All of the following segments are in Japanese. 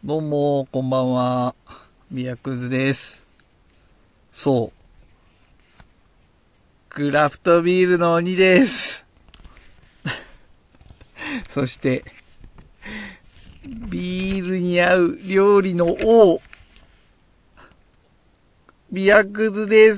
どうも、こんばんは。ミヤクズです。そう。クラフトビールの鬼です。そして、ビールに合う料理の王、ミヤクズです。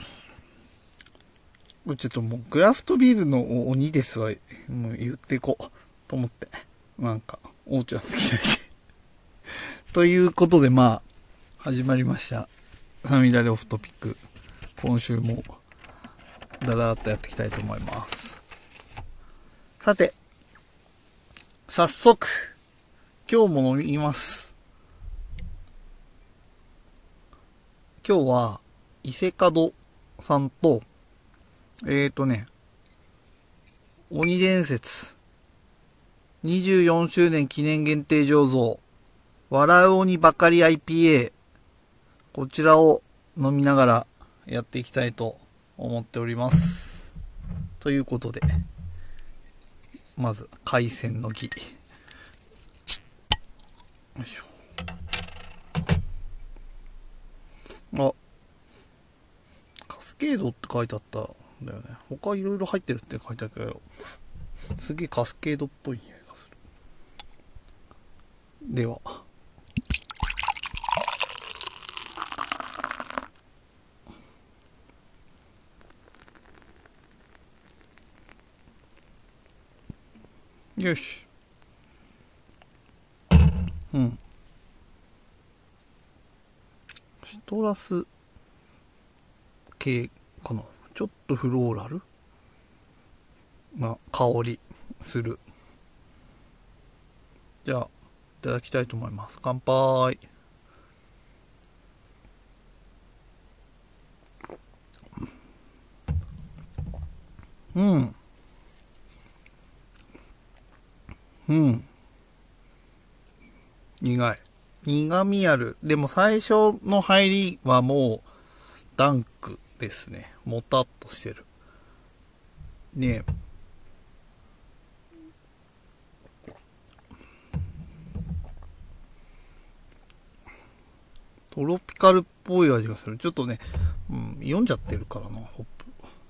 ちょっともう、クラフトビールの鬼ですわ。もう言っていこう。と思って。なんか、王ちゃん好きだし。ということで、始まりました。サミダレオフトピック。今週も、だらーっとやっていきたいと思います。さて、早速、今日も飲みます。今日は、伊勢門さんと、鬼伝説、24周年記念限定醸造、笑う鬼ばかり IPA、こちらを飲みながらやっていきたいと思っております。ということで、まず、海鮮の儀。よいしょ。カスケードって書いてあったんだよね。他いろいろ入ってるって書いてあるけど、すげえカスケードっぽい匂いがする。では。よし。うん。シトラス系かな。ちょっとフローラルな香りする。じゃあ、いただきたいと思います。乾杯。うん。うん。苦い。苦味ある。でも最初の入りはもう、ダンクですね。もたっとしてる。ねえ。トロピカルっぽい味がする。ちょっとね、読んじゃってるからな、ホップ。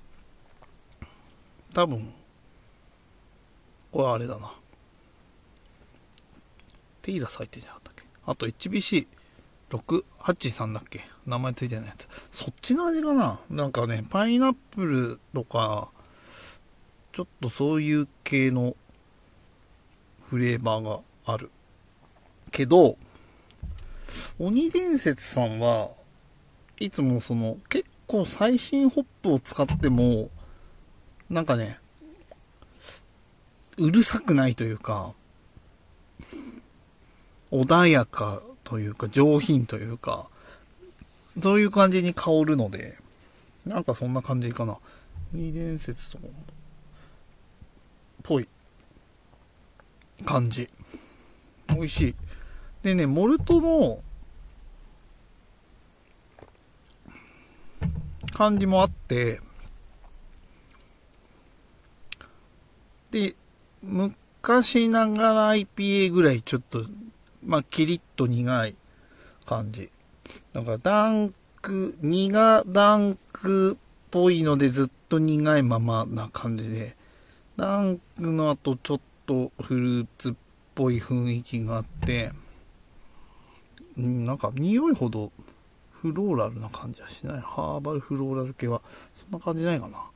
多分、これあれだな。テイラ咲いてんじゃなかったっけ。あと HBC683 だっけ、名前ついてないやつ。そっちの味かな。なんかね、パイナップルとか、ちょっとそういう系のフレーバーがある。けど、鬼伝説さんはいつも結構最新ホップを使っても、なんかね、うるさくないというか、穏やかというか、上品というか、そういう感じに香るので、なんかそんな感じかな。鬼伝説とぽい感じ。美味しい。でね、モルトの感じもあって、で、昔ながら IPA ぐらいちょっと、キリッと苦い感じ。だから苦ダンクっぽいのでずっと苦いままな感じで、ダンクの後ちょっとフルーツっぽい雰囲気があって、なんか匂いほどフローラルな感じはしない。ハーバルフローラル系はそんな感じないかな。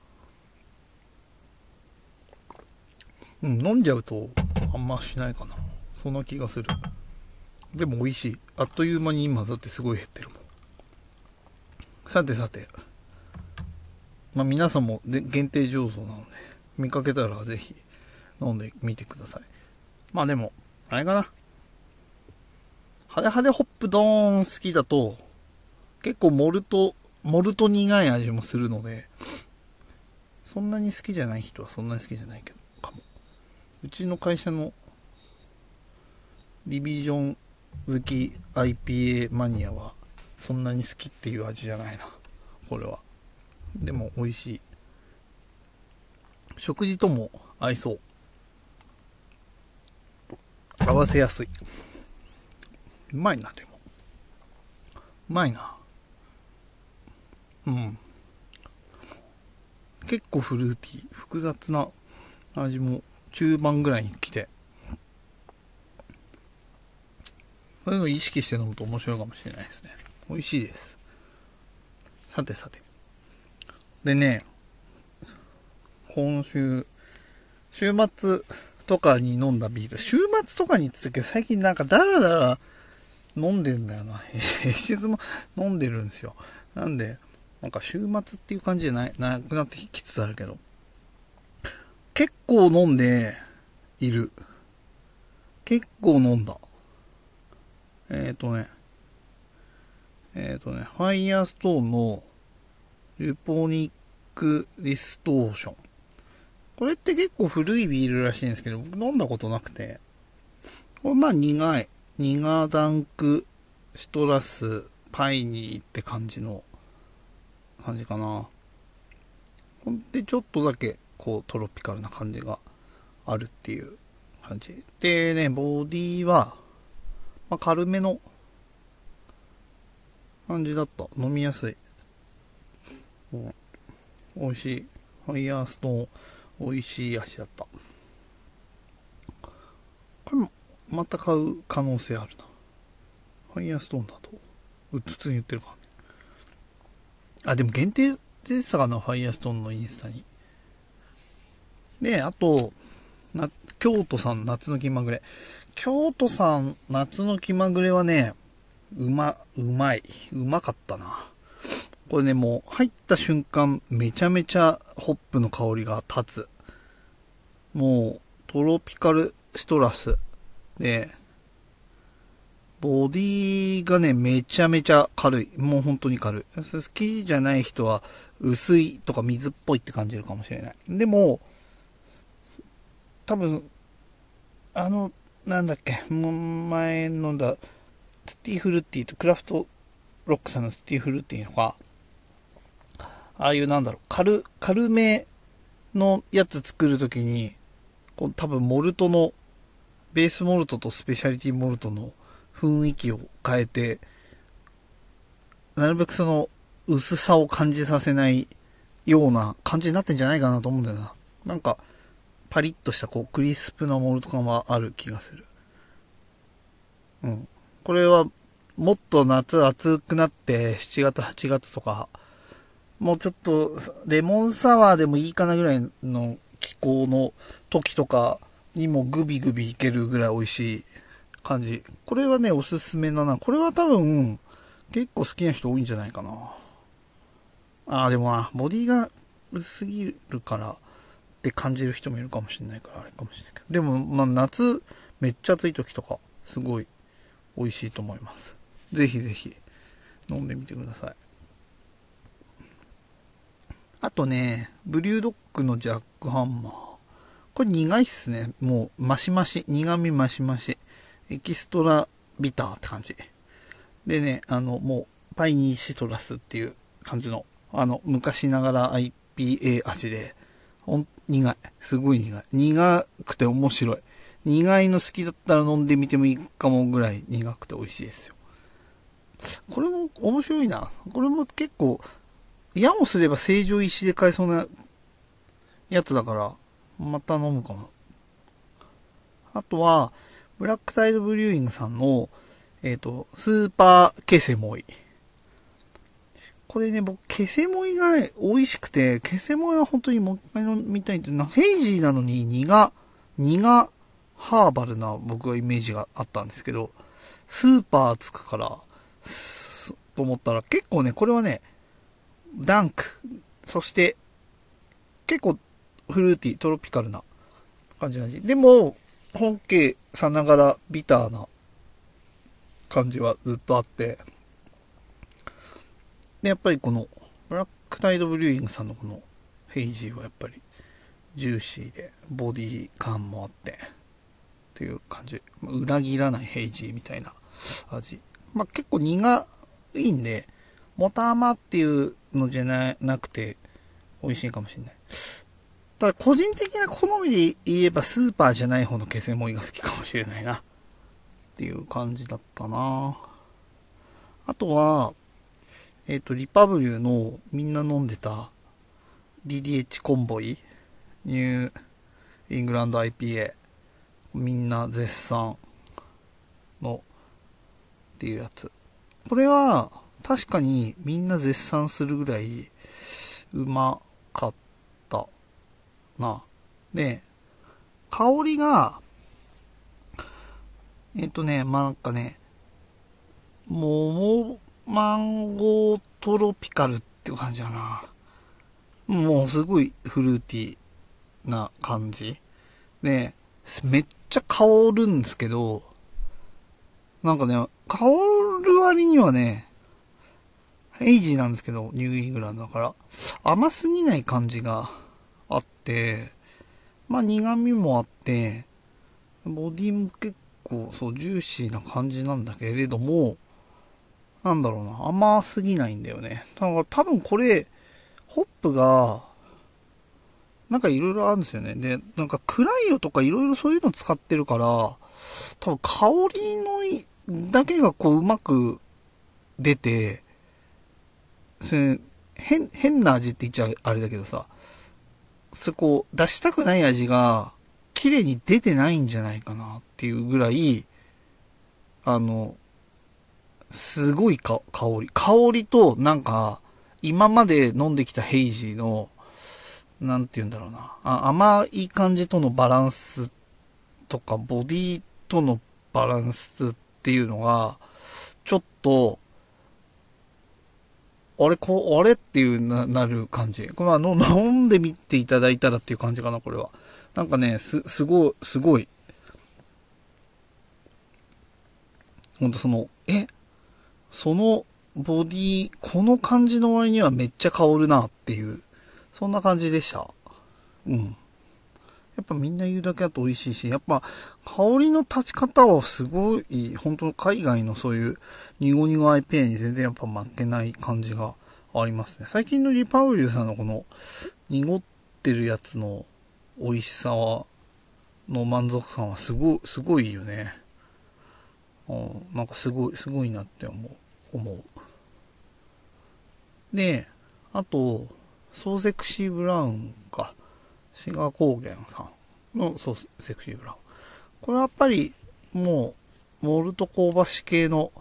飲んじゃうとあんましないかな。そんな気がする。でも美味しい。あっという間に今だってすごい減ってるもん。さてさて。皆さんも限定醸造なので、見かけたらぜひ飲んでみてください。でも、あれかな。ハデハデホップドーン好きだと、結構モルト苦い味もするので、そんなに好きじゃない人はそんなに好きじゃないけど、かも。うちの会社のリビジョン好き IPA マニアは、そんなに好きっていう味じゃないな。これは。でも美味しい。食事とも合いそう。合わせやすい。 うまいな、でも。うまいな。うん。結構フルーティー。複雑な味も中盤ぐらいに来て。そういうのを意識して飲むと面白いかもしれないですね。美味しいです。さてさて。でね、今週、週末とかに飲んだビール。週末とかに言ってたけど、最近なんかダラダラ飲んでんだよな。平日も飲んでるんですよ。なんで、なんか週末っていう感じじゃなくなってきつつあるけど。結構飲んでいる。結構飲んだ。ファイヤーストーンのルポニックディストーション。これって結構古いビールらしいんですけど、飲んだことなくて。これまあ苦い。苦ダンク、シトラス、パイニーって感じかな。ほんでちょっとだけこうトロピカルな感じがあるっていう感じ。でね、ボディは、まあ、軽めの感じだった。飲みやすい。うん、美味しい。ファイヤーストーン、美味しい味だった。これも、また買う可能性あるな。ファイヤーストーンだと、普通に売ってるからね。あ、でも限定でしたかな、ファイヤーストーンのインスタに。で、あと、京都さん夏の気まぐれ。京都さん夏の気まぐれはね、うまかったな。これね、もう入った瞬間、めちゃめちゃホップの香りが立つ。もう、トロピカルシトラス。で、ボディがね、めちゃめちゃ軽い。もう本当に軽い。好きじゃない人は、薄いとか水っぽいって感じるかもしれない。でも、多分、なんだっけ、もう前飲んだ、スティーフルーティーとクラフトロックさんのスティーフルーティーとか、ああいうなんだろう、軽めのやつ作るときに、こう多分モルトの、ベースモルトとスペシャリティモルトの雰囲気を変えて、なるべくその薄さを感じさせないような感じになってんじゃないかなと思うんだよな。なんか、パリッとしたこうクリスプなモルト感はある気がする。うん。これは、もっと夏暑くなって7月8月とか、もうちょっとレモンサワーでもいいかなぐらいの気候の時とかにもグビグビいけるぐらい美味しい感じ。これはね、おすすめだな。これは多分、結構好きな人多いんじゃないかな。でもな、ボディが薄すぎるからって感じる人もいるかもしれないからあれかもしれないけど。でも、まあ夏、めっちゃ暑い時とか、すごい美味しいと思います。ぜひぜひ、飲んでみてください。あとね、ブリュードッグのジャックハンマー。これ苦いっすね。もう、マシマシ。苦味マシマシ。エキストラビターって感じ。でね、もう、パイニーシトラスっていう感じの、昔ながら IPA 味で、苦い。すごい苦い。苦くて面白い。苦いの好きだったら飲んでみてもいいかもぐらい苦くて美味しいですよ。これも面白いな。これも結構、やもすれば成城石で買えそうなやつだから、また飲むかも。あとは、ブラックタイドブリューイングさんの、スーパーケセモイ。これね、僕、ケセモイがね、美味しくて、ケセモイは本当にもう一回飲みたいって、ヘイジーなのに苦ハーバルな僕はイメージがあったんですけど、スーパーつくから、と思ったら結構ね、これはね、ダンク、そして、結構フルーティー、トロピカルな感じの味。でも、本家さながらビターな感じはずっとあって、で、やっぱりこの、ブラックタイドブリューイングさんのこのヘイジーはやっぱりジューシーで、ボディ感もあって、っていう感じ。裏切らないヘイジーみたいな味。まあ、結構苦いんで、もた甘っていうのじゃなくて、美味しいかもしれない。ただ、個人的な好みで言えばスーパーじゃない方の気仙もが好きかもしれないな。 っていう感じだったな。あとは、リパブリューのみんな飲んでた DDH コンボイ、ニューイングランド IPA、みんな絶賛のっていうやつ。これは確かにみんな絶賛するぐらいうまかったな。で、香りが、なんかね、マンゴートロピカルっていう感じだな。もうすごいフルーティーな感じ。で、めっちゃ香るんですけど、なんかね、香る割にはね、ヘイジーなんですけど、ニューイングランドだから、甘すぎない感じがあって、まあ苦味もあって、ボディも結構そうジューシーな感じなんだけれども、なんだろうな、甘すぎないんだよね。だから多分これ、ホップが、なんかいろいろあるんですよね。で、なんかクライオとかいろいろそういうの使ってるから、多分香りだけがこううまく出て、変な味って言っちゃあれだけどさ、そこ出したくない味が綺麗に出てないんじゃないかなっていうぐらい、すごい香り。香りとなんか、今まで飲んできたヘイジーの、なんて言うんだろうな。甘い感じとのバランスとか、ボディとのバランスっていうのが、ちょっと、あれっていうなる感じ。これは飲んでみていただいたらっていう感じかな、これは。なんかね、すごい。ほんとそのボディ、この感じの割にはめっちゃ香るなっていう、そんな感じでした。うん。やっぱみんな言うだけだと美味しいし、やっぱ香りの立ち方はすごい、本当海外のそういうニゴニゴ IPA に全然やっぱ負けない感じがありますね。最近のリパウリューさんのこの濁ってるやつの美味しさの満足感はすごいよね。なんかすごいなって思う。で、あと、ソーセクシーブラウンか。志賀高原さんのソーセクシーブラウン。これはやっぱり、もう、モルト香ばし系の、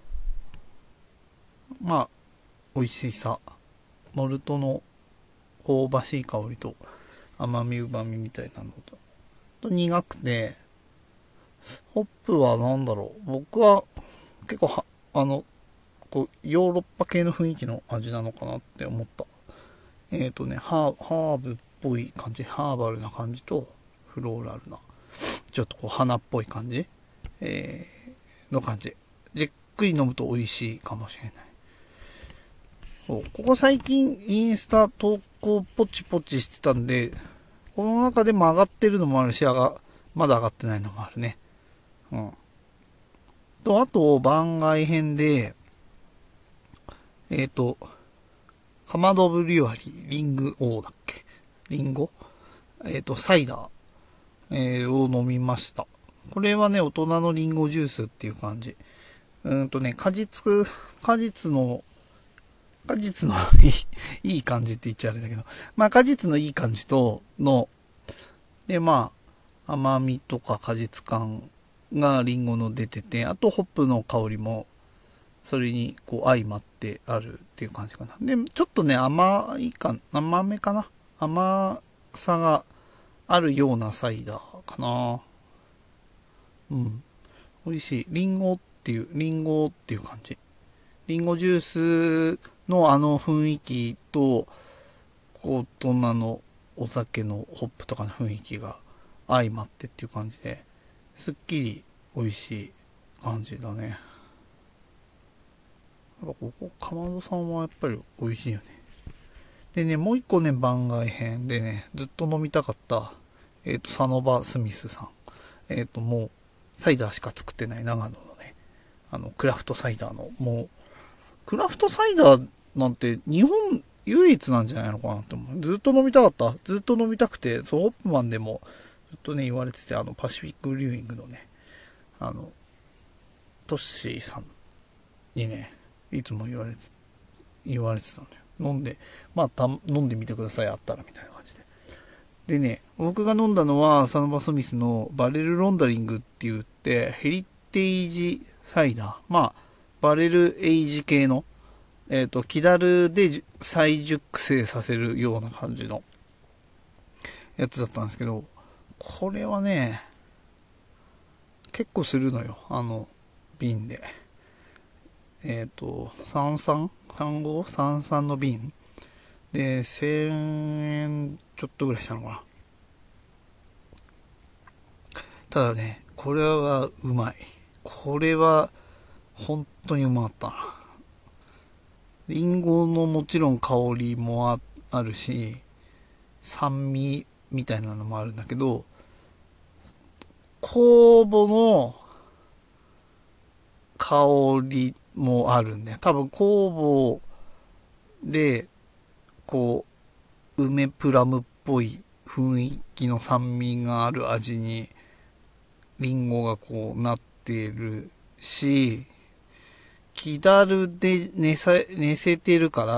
まあ、美味しさ。モルトの香ばしい香りと甘み、うまみみたいなのと苦くて、ホップはなんだろう。僕は結構ヨーロッパ系の雰囲気の味なのかなって思った。ハーブっぽい感じ、ハーバルな感じと、フローラルな、ちょっとこう花っぽい感じ、の感じ。じっくり飲むと美味しいかもしれない。そうここ最近インスタ投稿ポチポチしてたんで、この中でも上がってるのもあるし、まだ上がってないのもあるね。うん。あと、番外編で、かまどブリュワリー、リングオーだっけリンゴサイダー、を飲みました。これはね、大人のリンゴジュースっていう感じ。果実のいい感じって言っちゃあれだけど、まあ果実のいい感じで、まあ、甘みとか果実感がリンゴの出てて、あとホップの香りも、それにこう相まってあるっていう感じかな。で、ちょっとね、甘めかな。甘さがあるようなサイダーかな。うん。美味しい。リンゴっていう感じ。リンゴジュースのあの雰囲気と、大人のお酒のホップとかの雰囲気が相まってっていう感じで、すっきり美味しい感じだね。やっぱここ、かまどさんはやっぱり美味しいよね。でね、もう一個ね、番外編でね、ずっと飲みたかった、サノバ・スミスさん。もう、サイダーしか作ってない長野のね、クラフトサイダーの、もう、クラフトサイダーなんて日本唯一なんじゃないのかなって思う。ずっと飲みたかった。ずっと飲みたくて、そう、ホップマンでもずっとね、言われてて、パシフィックリューイングのね、 トッシーさんにね、いつも言われてたのよ。飲んで、飲んでみてください、あったら、みたいな感じで。でね、僕が飲んだのは、サノバスミスのバレルロンダリングって言って、ヘリテージサイダー。バレルエイジ系の、木だるで再熟成させるような感じのやつだったんですけど、これはね、結構するのよ。瓶で。33の瓶。で、1000円ちょっとぐらいしたのかな。ただね、これはうまい。これは本当にうまかったな。リンゴのもちろん香りもあるし、酸味みたいなのもあるんだけど、酵母の香りもあるんで、多分酵母で、こ梅プラムっぽい雰囲気の酸味がある味に、リンゴがこうなっているし、木だるで寝せてるから、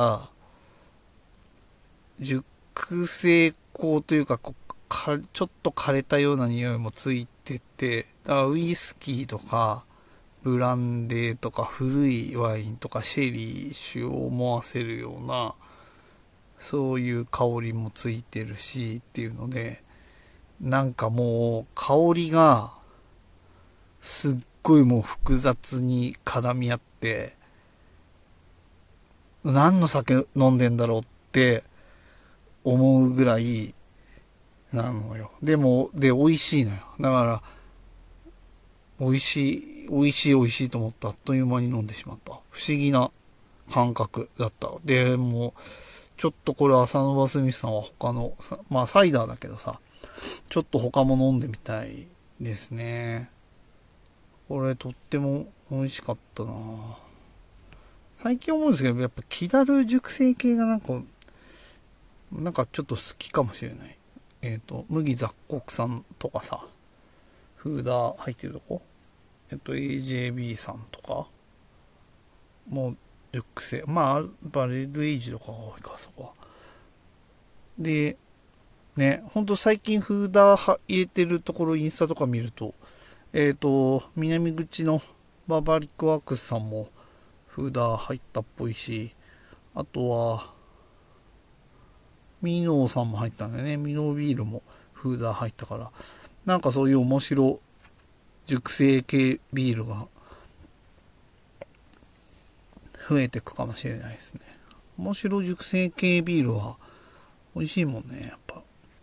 熟成香というか、ちょっと枯れたような匂いもついてて、だからウイスキーとか、ブランデーとか古いワインとかシェリー酒を思わせるような、そういう香りもついてるしっていうので、なんかもう香りがすっごいもう複雑に絡み合って、何の酒飲んでんだろうって思うぐらいなのよ。でも、美味しいのよ。だから、美味しいと思ったあっという間に飲んでしまった。不思議な感覚だった。で、もう、ちょっとこれ浅野バスミスさんは他の、サイダーだけどさ、ちょっと他も飲んでみたいですね。これとっても美味しかったな。最近思うんですけど、やっぱ木だる熟成系がなんかちょっと好きかもしれない。麦雑穀さんとかさ、フーダー入ってるとこAJB さんとか、もう熟成、バレルエイジとかが多いか、そこは。で、ね、ほんと最近フーダー入れてるところインスタとか見ると、南口のバーバリックワークスさんもフーダー入ったっぽいし、あとは、ミノーさんも入ったんだよね。ミノービールもフーダー入ったから、なんかそういう面白熟成系ビールが増えてくかもしれないですね。面白熟成系ビールは美味しいもんね、やっぱ。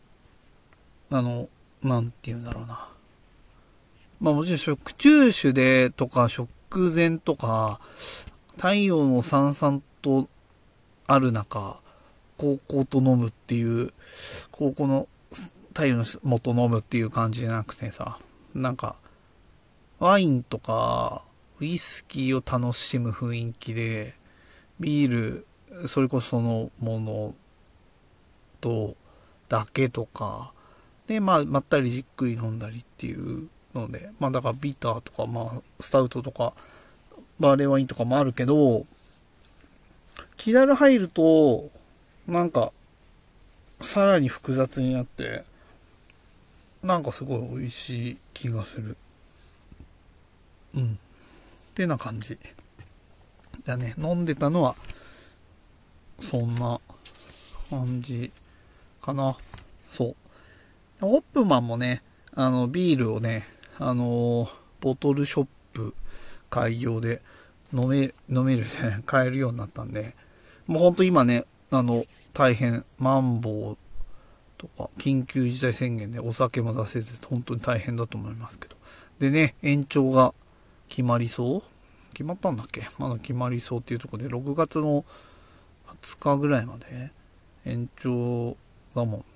なんて言うんだろうな。もちろん食中酒でとか食前とか、太陽のさんさんとある中、高校と飲むっていう、高校の太陽の元飲むっていう感じじゃなくてさ、なんか、ワインとか、ウイスキーを楽しむ雰囲気で、ビール、それこそそのものと、だけとか、で、まったりじっくり飲んだりっていうので、だからビターとか、スタウトとか、バーレーワインとかもあるけど、気だる入ると、なんか、さらに複雑になって、なんかすごい美味しい気がする。うん。ってな感じ。だね、飲んでたのは、そんな感じかな。そう。ホップマンもね、ビールをね、ボトルショップ開業で飲めるね、買えるようになったんで、もうほんと今ね、大変、マンボウとか、緊急事態宣言でお酒も出せず、本当に大変だと思いますけど。でね、延長が決まりそう決まったんだっけまだ決まりそうっていうところで、6月の20日ぐらいまで延長だもんね。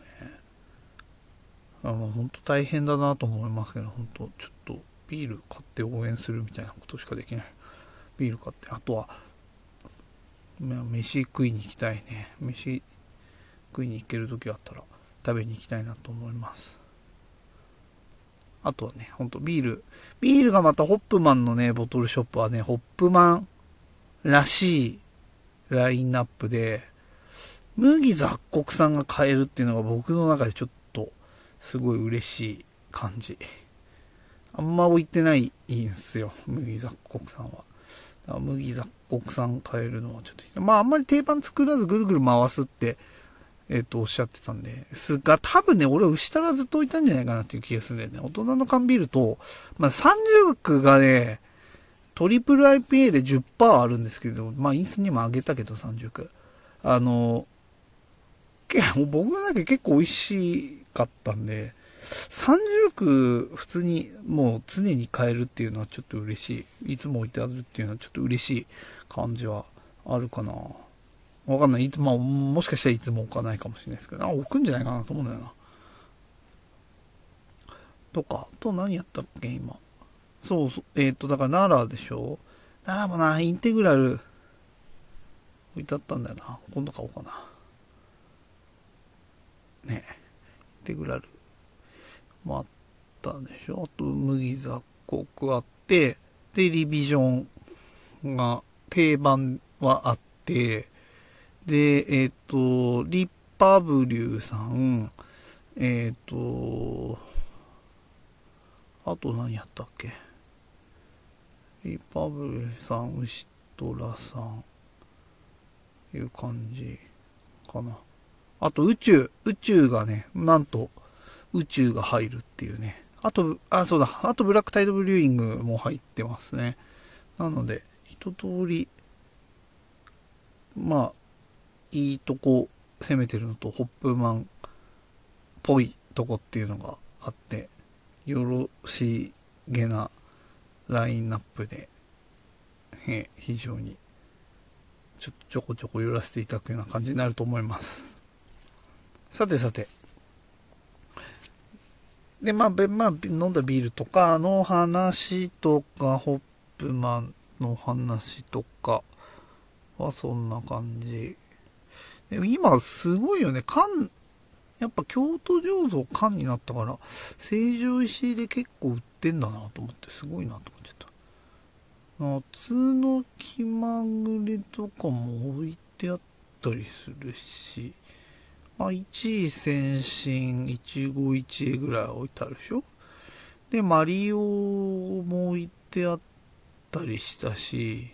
本当大変だなと思いますけど、本当ちょっとビール買って応援するみたいなことしかできない。ビール買って、あとは、飯食いに行きたいね。飯食いに行ける時あったら食べに行きたいなと思います。 あとはね、ほんとビールがまたホップマンのね、ボトルショップはね、ホップマンらしいラインナップで、麦雑穀さんが買えるっていうのが僕の中でちょっとすごい嬉しい感じ。あんま置いてないんですよ、麦雑穀さんは。だから麦雑穀さん買えるのはちょっと、まああんまり定番作らずぐるぐる回すって、おっしゃってたんで、すが、多分ね、俺は牛たらずっと置いたんじゃないかなっていう気がするんだよね。大人の缶ビールと、まあ30区がね、トリプル IPA で 10% あるんですけど、まあインスタにもあげたけど30区。僕の中結構美味しかったんで、30区普通にもう常に買えるっていうのはちょっと嬉しい。いつも置いてあるっていうのはちょっと嬉しい感じはあるかな。わかんない。まあ、もしかしたらいつも置かないかもしれないですけど、置くんじゃないかなと思うんだよな。とか、あと何やったっけ、今。そうそう、だから奈良でしょ。奈良もな、インテグラル置いてあったんだよな。今度買おうかな。ねえ。インテグラルもあったでしょ。あと、麦雑穀あって、で、リビジョンが、定番はあって、で、リパブリューさん、あと何やったっけ。リパブリューさん、牛トラさん、いう感じかな。あと宇宙がね、なんと宇宙が入るっていうね。あと、そうだ、あとブラックタイドブリューイングも入ってますね。なので、一通り、まあ、いいとこ攻めてるのと、ホップマンっぽいとこっていうのがあって、よろしげなラインナップで、非常に、ちょこちょこ寄らせていただくような感じになると思います。さてさて。で、まあ、飲んだビールとかの話とか、ホップマンの話とかはそんな感じ。で今すごいよね。やっぱ京都醸造缶になったから、成城石井で結構売ってんだなと思って、すごいなと思っちゃった。夏の気まぐれとかも置いてあったりするし、まあ、一位先進、一期一会ぐらい置いてあるでしょ。で、マリオも置いてあったりしたし、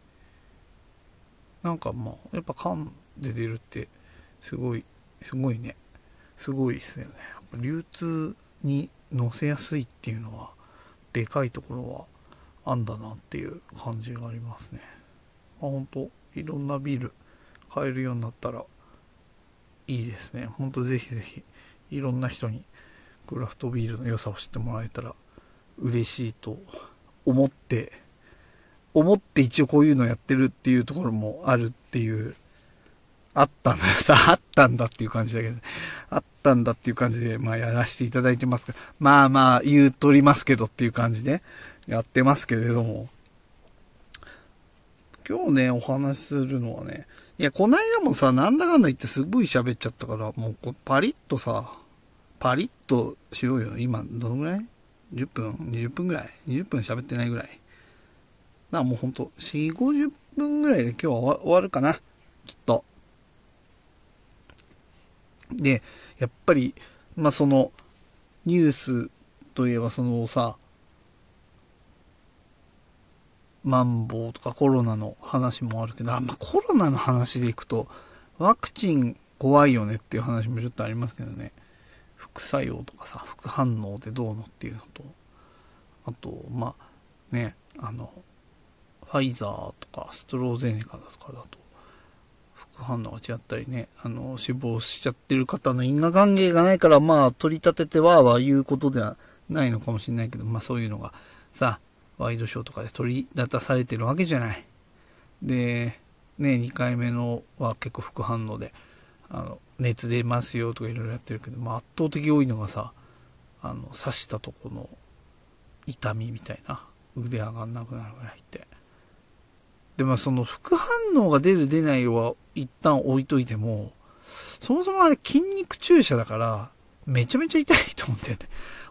なんかまあ、やっぱ缶で出るって、すごいね。すごいですよね。やっぱ流通に乗せやすいっていうのは、でかいところはあんだなっていう感じがありますね。まあ、ほんと、いろんなビール買えるようになったらいいですね。ほんとぜひぜひ、いろんな人にクラフトビールの良さを知ってもらえたら嬉しいと思って一応こういうのやってるっていうところもあるっていう、あったんださ、あったんだっていう感じだけど、あったんだっていう感じで、まあやらせていただいてますが、まあまあ言うとりますけどっていう感じでやってますけれども、今日ね、お話しするのはね、いや、こないだもさ、なんだかんだ言ってすごい喋っちゃったから、もうパリッとしようよ。今、どのぐらい ?10 分 ?20 分ぐらい ?20 分喋ってないぐらい。だからもうほんと、4、50分ぐらいで今日は終わるかな。きっと。で、やっぱり、まあ、その、ニュースといえばそのさ、マンボウとかコロナの話もあるけど、まあ、コロナの話でいくと、ワクチン怖いよねっていう話もちょっとありますけどね。副作用とかさ、副反応でどうのっていうのと、あと、まあ、ね、ファイザーとかストローゼネカだとかだと、副反応が違ったりね、死亡しちゃってる方の因果関係がないから、まあ、取り立てては言うことではないのかもしれないけど、まあそういうのがさ、ワイドショーとかで取り立たされてるわけじゃない。で、ね、2回目のは結構副反応で、熱出ますよとかいろいろやってるけど、まあ圧倒的多いのがさ、刺したとこの痛みみたいな、腕上がんなくなるぐらいって。で、まあその副反応が出る出ないは一旦置いといても、そもそもあれ筋肉注射だから、めちゃめちゃ痛いと思ってて。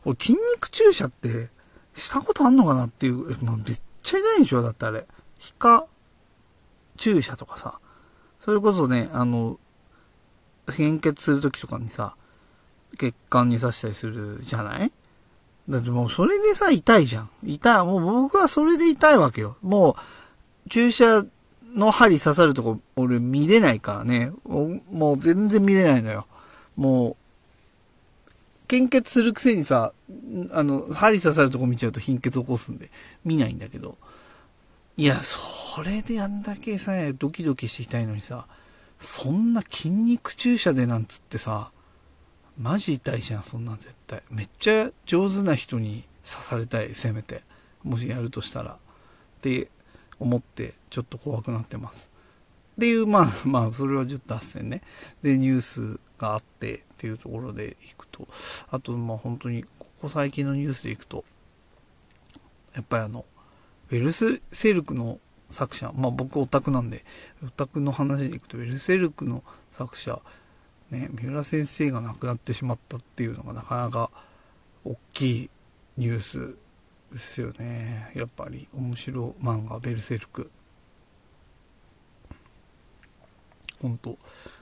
俺筋肉注射ってしたことあんのかなっていう、めっちゃ痛いんでしょだってあれ。皮下注射とかさ。それこそね、献血するときとかにさ、血管に刺したりするじゃない？だってもうそれでさ、痛いじゃん。もう僕はそれで痛いわけよ。もう、注射の針刺さるとこ、俺見れないからね。もう全然見れないのよ。もう、献血するくせにさ、針刺さるとこ見ちゃうと貧血起こすんで、見ないんだけど。いや、それであんだけさ、ドキドキしていきたいのにさ、そんな筋肉注射でなんつってさ、マジ痛いじゃん、そんなん絶対。めっちゃ上手な人に刺されたい、せめて。もしやるとしたら。って思って、ちょっと怖くなってます。っていう、まあ、それはちょっと脱線ね。で、ニュースがあってっていうところでいくと、あと、本当に、ここ最近のニュースでいくと、やっぱりベルセルクの作者、僕オタクなんで、オタクの話でいくと、ベルセルクの作者、ね、三浦先生が亡くなってしまったっていうのがなかなか大きいニュースですよね。やっぱり面白漫画ベルセルク。本当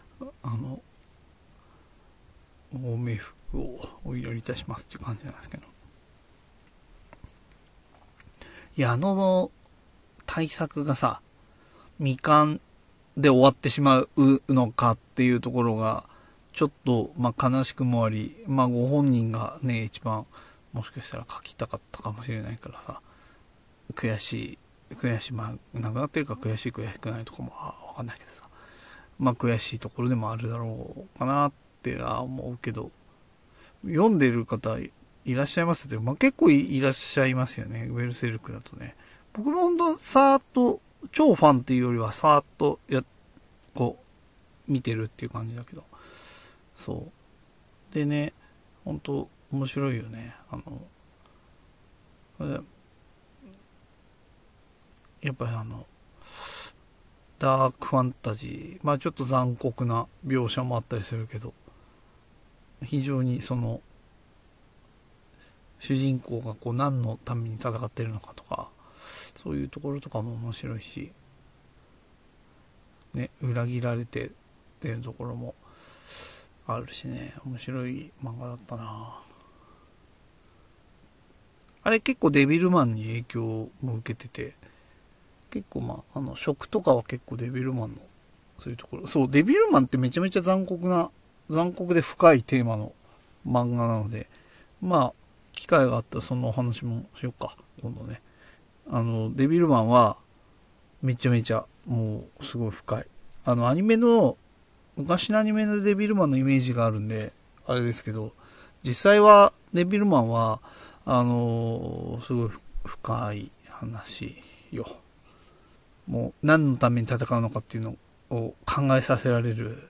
ご冥福をお祈りいたしますっていう感じなんですけど。いや、対策がさ、未完で終わってしまうのかっていうところが、ちょっと、悲しくもあり、ご本人がね、一番、もしかしたら書きたかったかもしれないからさ、悔しい、亡くなってるか悔しくないとかもわかんないけどさ、悔しいところでもあるだろうかなって思うけど、読んでる方いらっしゃいますって、結構いらっしゃいますよね、ウェルセルクだとね。僕もほんと、さーっと、超ファンっていうよりは、さーっと見てるっていう感じだけど。そう。でね、ほんと、面白いよね。やっぱりダークファンタジー、ちょっと残酷な描写もあったりするけど、非常に主人公が何のために戦ってるのかとか、そういうところとかも面白いし、ね、裏切られてっていうところもあるしね、面白い漫画だったな。あれ結構デビルマンに影響も受けてて、結構食とかは結構デビルマンの、そういうところ。そう、デビルマンってめちゃめちゃ残酷で深いテーマの漫画なので、機会があったらそのお話もしようか、今度ね。デビルマンは、めちゃめちゃ、もう、すごい深い。昔のアニメのデビルマンのイメージがあるんで、あれですけど、実際は、デビルマンは、すごい深い話よ。もう、何のために戦うのかっていうのを考えさせられる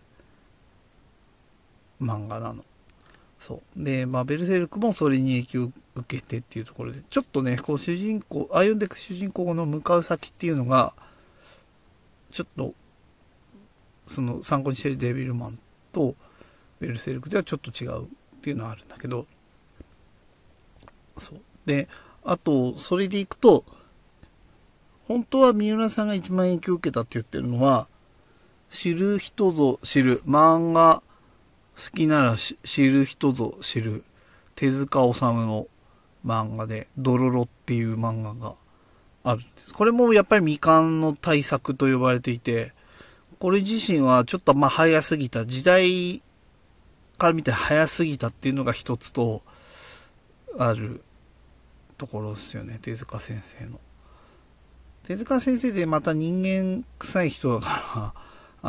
漫画なの。そう。で、ベルセルクもそれに影響を受けてっていうところで、ちょっとね、歩んでいく主人公の向かう先っていうのが、ちょっと、参考にしてるデビルマンとベルセルクではちょっと違うっていうのはあるんだけど、そう。で、あと、それでいくと、本当は三浦さんが一番影響を受けたって言ってるのは、知る人ぞ知る、漫画好きなら知る人ぞ知る、手塚治虫の漫画で、ドロロっていう漫画があるんです。これもやっぱり未完の大作と呼ばれていて、これ自身はちょっと早すぎた、時代から見て早すぎたっていうのが一つと、あるところですよね、手塚先生の。手塚先生でまた人間臭い人だから、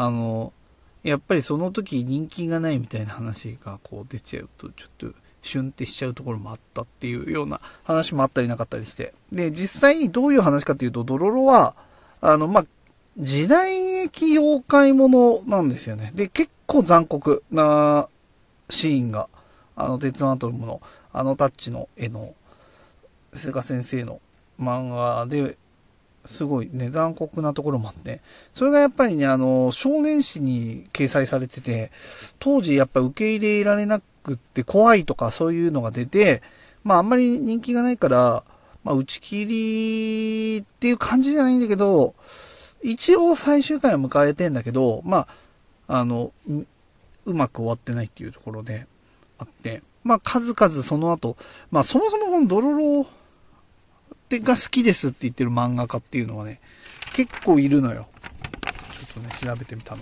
やっぱりその時人気がないみたいな話が出ちゃうと、ちょっとシュンってしちゃうところもあったっていうような話もあったりなかったりして。で、実際にどういう話かというと、ドロロは、時代劇妖怪ものなんですよね。で、結構残酷なシーンが、鉄腕アトムのタッチの絵の、手塚先生の漫画で、すごいね、残酷なところもあって、それがやっぱりね、少年誌に掲載されてて、当時やっぱ受け入れられなくって怖いとかそういうのが出て、 まああんまり人気がないから、まあ打ち切りっていう感じじゃないんだけど、一応最終回を迎えてんだけど、まあ、うまく終わってないっていうところであって、まあ数々その後、まあそもそもこのドロロってが好きですって言ってる漫画家っていうのはね、結構いるのよ。ちょっとね、調べてみたの。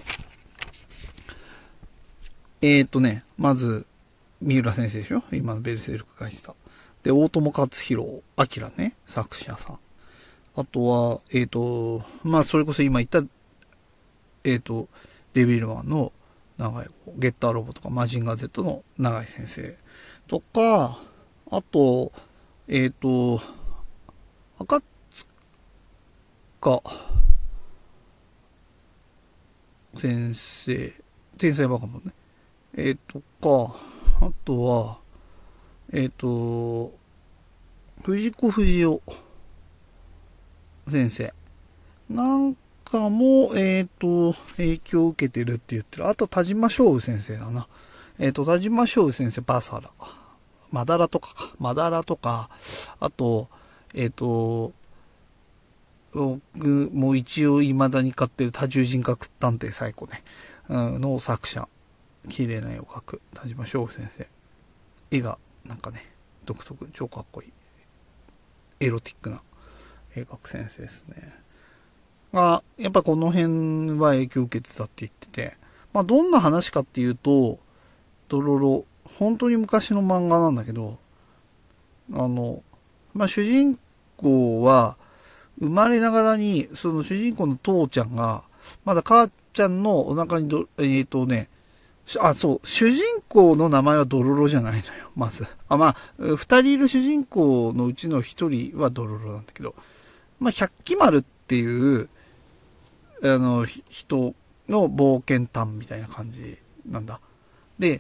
まず、三浦先生でしょ、今のベルセルク書いてた。で、大友克洋、明ね、作者さん。あとは、まあ、それこそ今言った、デビルマンの長井、ゲッターロボとかマジンガー Z の長井先生とか、あと、赤塚先生、天才バカボンね。あとは、藤子不二雄先生なんかも、影響を受けてるって言ってる。あと、田島翔宇先生だな。田島翔宇先生、バサラ。マダラとかか。マダラとか、あと、僕も一応未だに買ってる多重人格探偵サイコね、の作者。綺麗な絵を描く田島翔先生。絵がなんかね、独特、超かっこいい。エロティックな絵描く先生ですね。やっぱこの辺は影響を受けてたって言ってて、まあどんな話かっていうと、ドロロ、本当に昔の漫画なんだけど、まあ主人公は、生まれながらに、その主人公の父ちゃんが、まだ母ちゃんのお腹にそう、主人公の名前はドロロじゃないのよ、まず。まあ、二人いる主人公のうちの一人はドロロなんだけど、まあ、百鬼丸っていう、人の冒険探みたいな感じなんだ。で、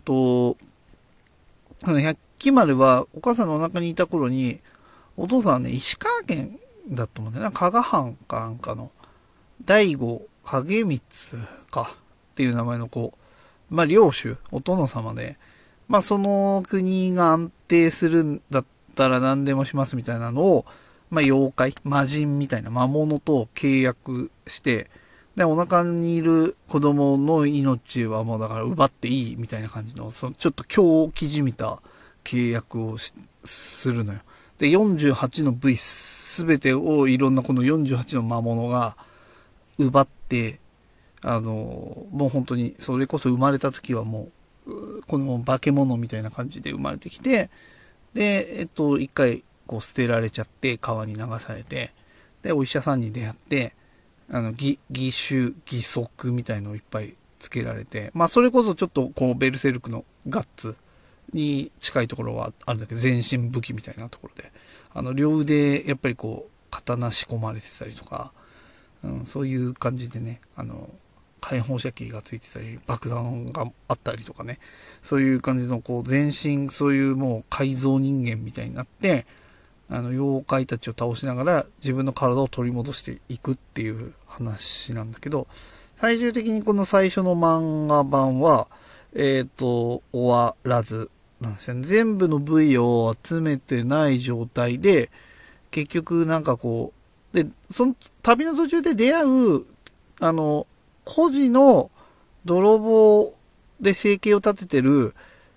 百鬼丸はお母さんのお腹にいた頃に、お父さんはね、石川県だったもんね。加賀藩かなんかの、大悟影光かっていう名前の子、まあ、領主、お殿様で、まあ、その国が安定するんだったら何でもしますみたいなのを、まあ、妖怪、魔人みたいな魔物と契約して、で、お腹にいる子供の命はもうだから奪っていいみたいな感じの、ちょっと狂気じみた契約をするのよ。で、48の部位すべてをいろんなこの48の魔物が奪って、もう本当に、それこそ生まれた時はもう、この化け物みたいな感じで生まれてきて、で、一回、こう捨てられちゃって、川に流されて、で、お医者さんに出会って、義手、義足みたいのをいっぱいつけられて、まあ、それこそちょっと、こう、ベルセルクのガッツに近いところはあるんだけど、全身武器みたいなところで、両腕、やっぱりこう、刀仕込まれてたりとか、そういう感じでね、火放射器がついてたり、爆弾があったりとかね、そういう感じのこう全身、そういうもう改造人間みたいになって、妖怪たちを倒しながら自分の体を取り戻していくっていう話なんだけど、最終的にこの最初の漫画版は、終わらずなんですよね。全部の部位を集めてない状態で、結局なんかこう、で、その旅の途中で出会う、孤児の泥棒で生計を立ててる、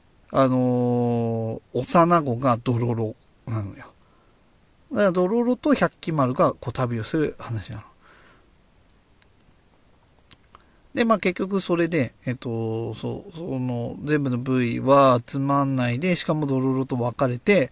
幼子がドロロなのよ。だからドロロと百鬼丸がこう旅をする話なの。で、まあ結局それで、その全部の部位は集まんないで、しかもドロロと別れて、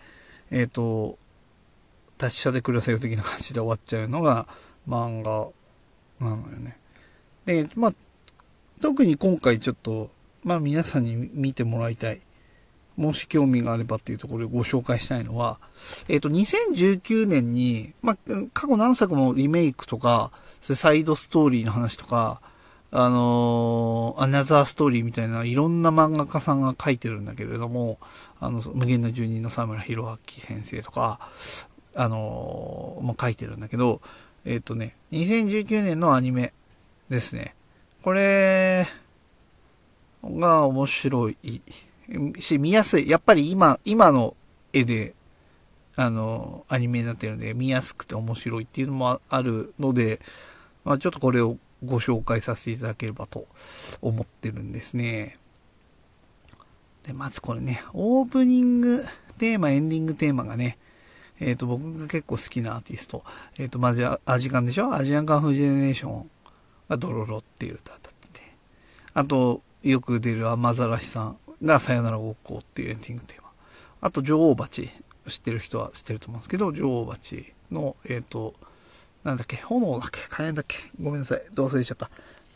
達者でくださいよ的な感じで終わっちゃうのが漫画なのよね。で、まあ、特に今回ちょっと、まあ皆さんに見てもらいたい。もし興味があればっていうところでご紹介したいのは、2019年に、まあ、過去何作もリメイクとか、サイドストーリーの話とか、アナザーストーリーみたいないろんな漫画家さんが書いてるんだけれども、無限の住人の沢村弘明先生とか、も書いてるんだけど、2019年のアニメですね。これが面白いし、見やすい。やっぱり今の絵で、アニメになってるので見やすくて面白いっていうのもあるので、まあちょっとこれをご紹介させていただければと思ってるんですね。で、まずこれね、オープニングテーマ、エンディングテーマがね、僕が結構好きなアーティスト、まずアジカンでしょ、アジアンカンフージェネレーションがドロロっていう歌だってて、あと、よく出るアマザラシさんがさよならごっこっていうエンディングテーマ。あと、女王蜂。知ってる人は知ってると思うんですけど、女王蜂の、なんだっけ、炎だっけ、火炎だっけ、ごめんなさい、どう忘れちゃった。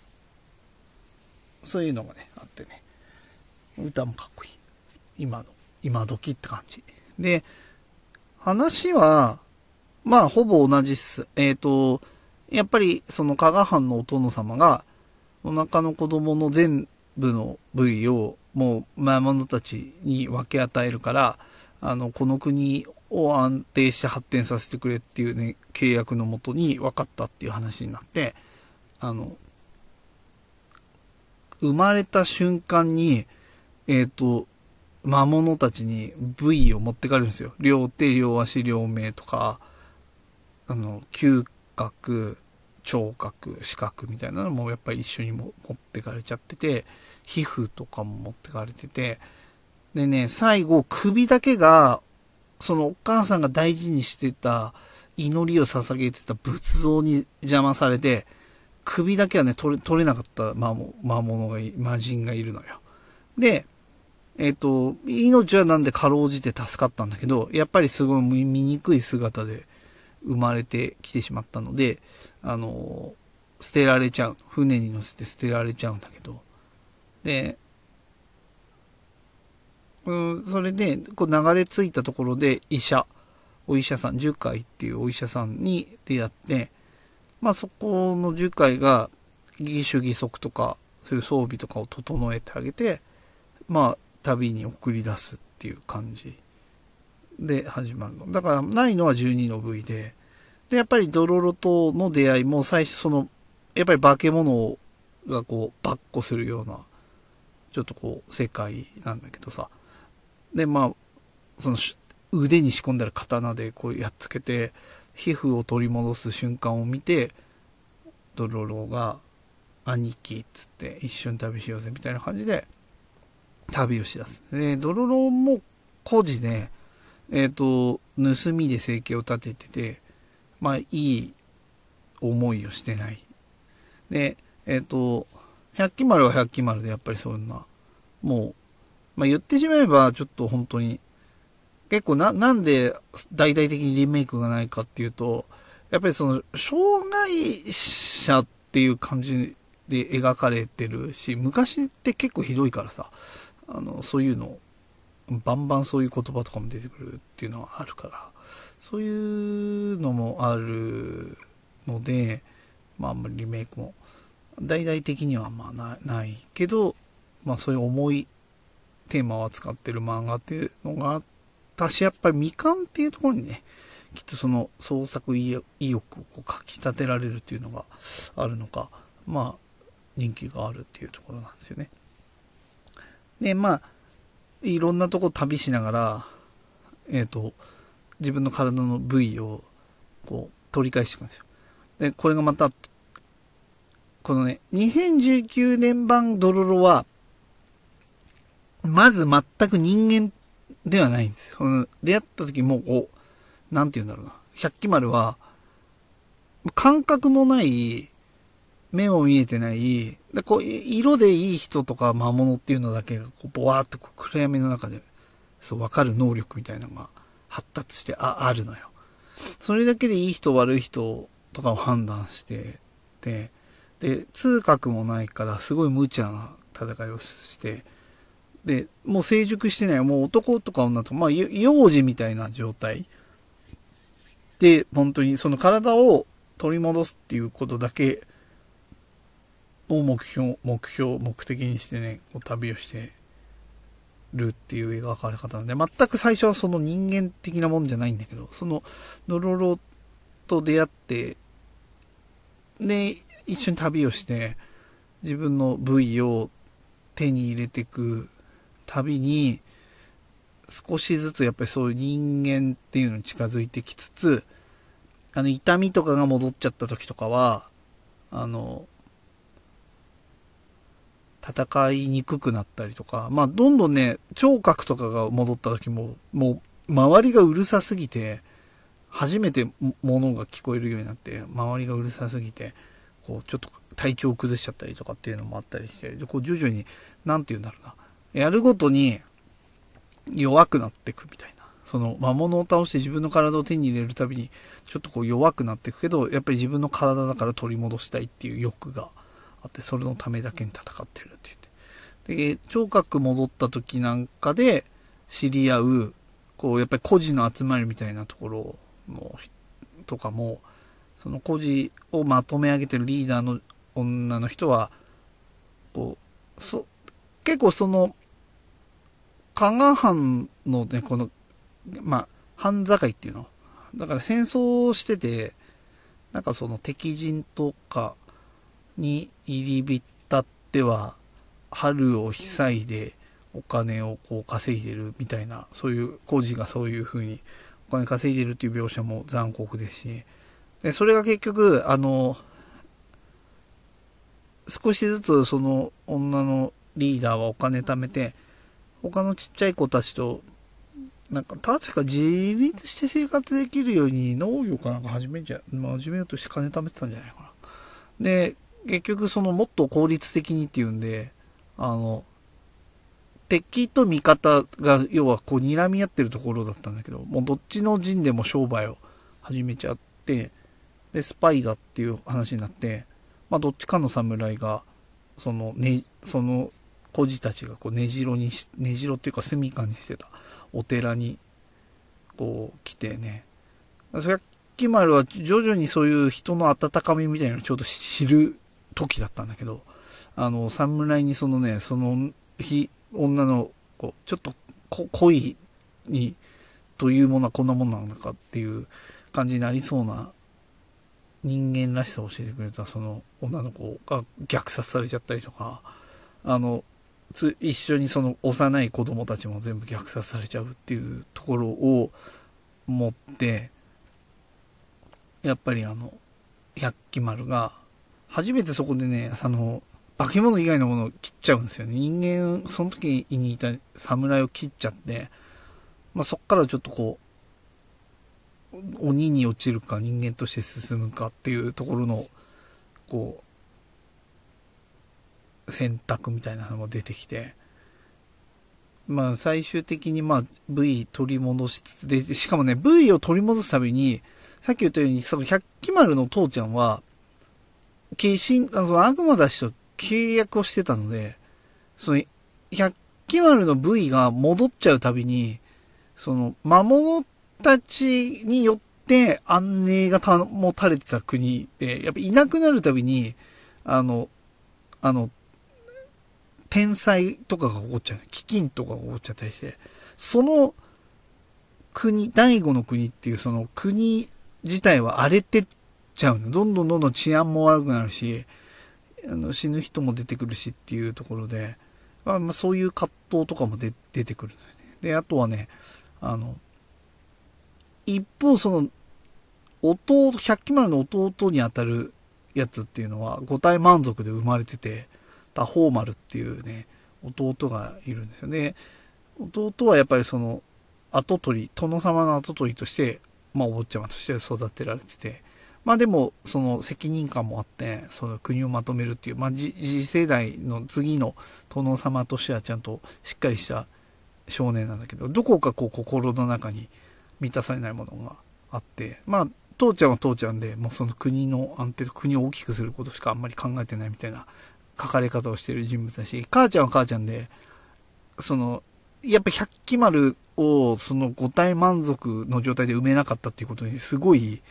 そういうのがね、あってね、歌もかっこいい。今時って感じ。で、話は、まあ、ほぼ同じっす。やっぱり、その、加賀藩のお殿様が、お腹の子供の全部の部位を、もう、魔物たちに分け与えるから、この国を安定して発展させてくれっていうね、契約のもとに分かったっていう話になって、生まれた瞬間に、魔物たちに部位を持ってかれるんですよ。両手、両足、両目とか、嗅覚、聴覚、視覚みたいなのもやっぱり一緒にも持ってかれちゃってて、皮膚とかも持ってかれてて、でね、最後首だけが、そのお母さんが大事にしてた、祈りを捧げてた仏像に邪魔されて、首だけはね、取れなかった魔人がいるのよ。で、命はなんでかろうじて助かったんだけど、やっぱりすごい醜い姿で生まれてきてしまったので、捨てられちゃう。船に乗せて捨てられちゃうんだけど。で、それで、こう流れ着いたところでお医者さん、樹海っていうお医者さんに出会って、まあそこの樹海が義手義足とか、そういう装備とかを整えてあげて、まあ旅に送り出すっていう感じで始まるの。だからないのは12の部位で、で、やっぱりドロロとの出会いも最初やっぱり化け物がこう、ばっこするような、ちょっとこう、世界なんだけどさ。で、まあ、腕に仕込んだら刀でこうやっつけて、皮膚を取り戻す瞬間を見て、ドロロが、兄貴っつって一緒に旅しようぜみたいな感じで、旅をしだす。で、ドロロも孤児で、盗みで生計を立ててて、まあ、いい思いをしてない。で、百鬼丸は百鬼丸でやっぱりそんな、もう、まあ言ってしまえばちょっと本当に、結構なんで大々的にリメイクがないかっていうと、やっぱり障害者っていう感じで描かれてるし、昔って結構ひどいからさ、そういうの、バンバンそういう言葉とかも出てくるっていうのはあるから、そういうのもあるので、まああんまりリメイクも、大々的にはまあないけど、まあそういう重いテーマを扱ってる漫画っていうのがあったし、やっぱり未完っていうところにね、きっとその創作意欲をこうかき立てられるっていうのがあるのか、まあ人気があるっていうところなんですよね。で、まあ、いろんなとこ旅しながら、自分の体の部位をこう取り返していくんですよ。で、これがまた、このね、2019年版ドロロは、まず全く人間ではないんです。出会った時もこう、なんて言うんだろうな。百鬼丸は、感覚もない、目も見えてない、でこう色でいい人とか魔物っていうのだけがこうボワーっとこう暗闇の中でそう分かる能力みたいなのが発達してあるのよ。それだけでいい人悪い人とかを判断してで痛覚もないからすごい無茶な戦いをしてでもう成熟してないもう男とか女とかまあ幼児みたいな状態で本当にその体を取り戻すっていうことだけを目的にしてね、こう旅をしてるっていう描かれ方なんで、全く最初はその人間的なもんじゃないんだけど、そのドロロと出会って、で、一緒に旅をして、自分の部位を手に入れていく旅に、 少しずつやっぱりそういう人間っていうのに近づいてきつつ、痛みとかが戻っちゃった時とかは、戦いにくくなったりとか、まあ、どんどんね、聴覚とかが戻った時も、もう、周りがうるさすぎて、初めて物が聞こえるようになって、周りがうるさすぎて、こう、ちょっと体調を崩しちゃったりとかっていうのもあったりして、こう、徐々に、なんて言うんだろうな。やるごとに弱くなっていくみたいな。その、魔物を倒して自分の体を手に入れるたびに、ちょっとこう弱くなっていくけど、やっぱり自分の体だから取り戻したいっていう欲があって、それのためだけに戦ってるって言って。で、聴覚戻った時なんかで知り合う、こう、やっぱり孤児の集まりみたいなところの、とかも、その孤児をまとめ上げてるリーダーの女の人は、こう、結構その、加賀藩のね、この、まあ、藩境っていうの。だから戦争をしてて、なんかその敵陣とかに入り浸っては、春を塞いでお金をこう稼いでるみたいな、そういう孤児がそういう風にお金稼いでるっていう描写も残酷ですし、で、それが結局、少しずつその女のリーダーはお金貯めて、他のちっちゃい子たちと、なんか確か自立して生活できるように農業かなんか始めようとして金貯めてたんじゃないかな。で、結局そのもっと効率的にっていうんで、敵と味方が要はこう睨み合ってるところだったんだけど、もうどっちの陣でも商売を始めちゃって、で、スパイだっていう話になって、まあどっちかの侍が、その孤児たちがこう根城っていうか住みかにしてたお寺にこう来てね、百鬼丸は徐々にそういう人の温かみみたいなのをちょうど知る時だったんだけど、侍にそのね、その女の子、ちょっと恋にというものはこんなもんなのかっていう感じになりそうな人間らしさを教えてくれたその女の子が虐殺されちゃったりとか、一緒にその幼い子供たちも全部虐殺されちゃうっていうところを持って、やっぱり百鬼丸が初めてそこでね、化け物以外のものを切っちゃうんですよね。人間、その時にいた侍を切っちゃって、まあ、そっからちょっとこう、鬼に落ちるか人間として進むかっていうところの、こう、選択みたいなのも出てきて、まあ最終的にまあ V 取り戻しつつで、しかもね、V を取り戻すたびに、さっき言ったように、その百鬼丸の父ちゃんは、その悪魔たちと契約をしてたので、その、百鬼丸の V が戻っちゃうたびに、その、魔物たちによって安寧が保たれてた国で、やっぱいなくなるたびに、天災とかが起こっちゃう。飢饉とかが起こっちゃったりして、その国、第五の国っていうその国自体は荒れてっちゃうの。どんどん治安も悪くなるし、死ぬ人も出てくるしっていうところで、まあ、そういう葛藤とかも出てくる、ね。で、あとはね、一方その、百鬼丸の弟に当たるやつっていうのは、五体満足で生まれてて、多宝丸っていうね、弟がいるんですよね。弟はやっぱりその、殿様の跡取りとして、まあお坊ちゃまとして育てられてて、まあでも、その責任感もあって、その国をまとめるっていう、まあ次世代の次の殿様としてはちゃんとしっかりした少年なんだけど、どこかこう心の中に満たされないものがあって、まあ父ちゃんは父ちゃんで、もうその国の安定と国を大きくすることしかあんまり考えてないみたいな書かれ方をしている人物だし、母ちゃんは母ちゃんで、その、やっぱ百鬼丸をその五体満足の状態で埋めなかったっていうことにすごい、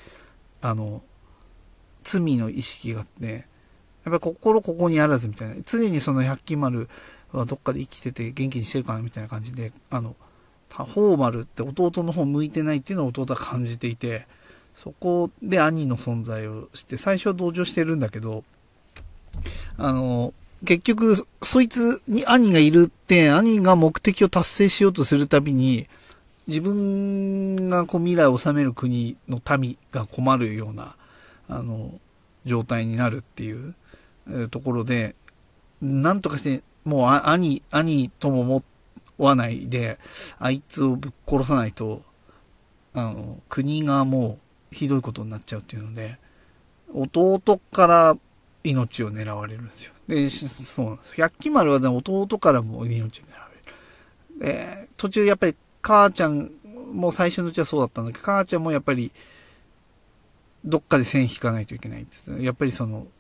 罪の意識があって、やっぱり心ここにあらずみたいな、常にその百鬼丸はどっかで生きてて元気にしてるかなみたいな感じで、多宝丸って弟の方向いてないっていうのを弟は感じていて、そこで兄の存在をして、最初は同情してるんだけど、 結局、そいつに兄がいるって、兄が目的を達成しようとするたびに、自分がこう未来を治める国の民が困るような、状態になるっていう、ところで、なんとかして、もう兄とも思わないで、あいつをぶっ殺さないと、国がもうひどいことになっちゃうっていうので、弟から命を狙われるんですよ。で、そうなんです。百鬼丸はね、弟からも命を狙われる。で、途中やっぱり母ちゃんも最初のうちはそうだったんだけど、母ちゃんもやっぱり、どっかで線引かないといけないんです。やっぱりその、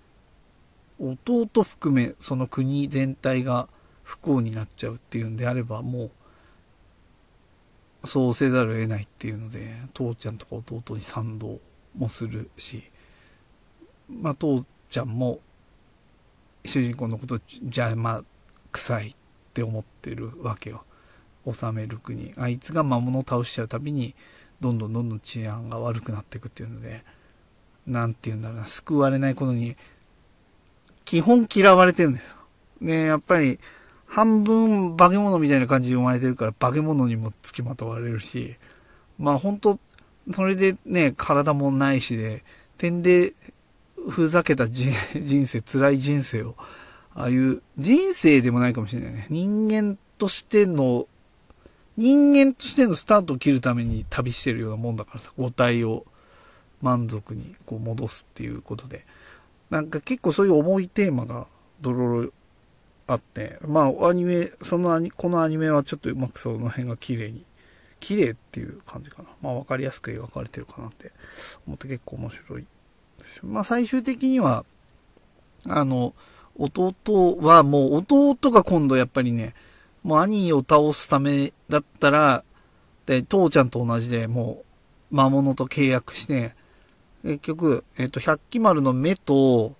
弟含め、その国全体が不幸になっちゃうっていうんであれば、もう、そうせざるを得ないっていうので、父ちゃんとか弟に賛同もするし、まあ、父ちゃんも、主人公のことじゃあまあ臭いって思ってるわけよ。治める国、あいつが魔物を倒しちゃうたびにどんどん治安が悪くなっていくっていうので、なんていうんだろうな、救われないことに基本嫌われてるんですよね。やっぱり半分化け物みたいな感じで生まれてるから、化け物にも付きまとわれるし、まあ本当それでね、体もないしで点でふざけた人生、辛い人生を、ああいう人生でもないかもしれないね。人間としてのスタートを切るために旅してるようなもんだからさ、五体を満足にこう戻すっていうことで。なんか結構そういう重いテーマがドロロあって、まあアニメ、このアニメはちょっとうまくその辺が綺麗っていう感じかな。まあわかりやすく描かれてるかなって思って結構面白い。まあ最終的には、弟はもう弟が今度やっぱりね、もう兄を倒すためだったら、で、父ちゃんと同じでもう魔物と契約して、結局、百鬼丸の目と、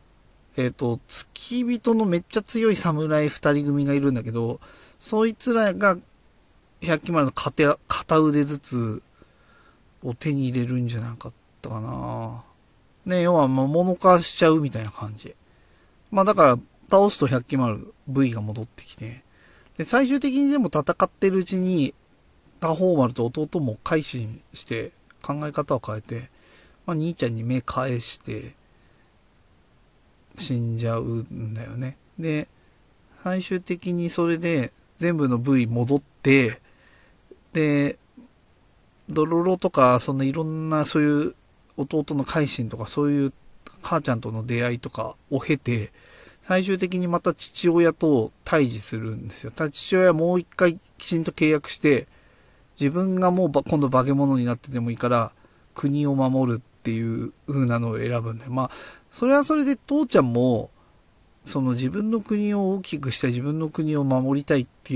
付き人のめっちゃ強い侍二人組がいるんだけど、そいつらが百鬼丸の片腕ずつを手に入れるんじゃなかったかな。ね、要は魔物化しちゃうみたいな感じ。まあだから、倒すと百鬼丸 V が戻ってきて、で、最終的にでも戦ってるうちに、多宝丸と弟も改心して考え方を変えて、まあ兄ちゃんに目返して、死んじゃうんだよね。で、最終的にそれで全部の V 戻って、で、ドロロとか、そんないろんなそういう弟の改心とかそういう母ちゃんとの出会いとかを経て、最終的にまた父親と対峙するんですよ。父親はもう一回きちんと契約して、自分がもう今度化け物になっててもいいから、国を守るっていう風なのを選ぶんだよ。まあ、それはそれで父ちゃんも、その自分の国を大きくしたい、自分の国を守りたいっていう、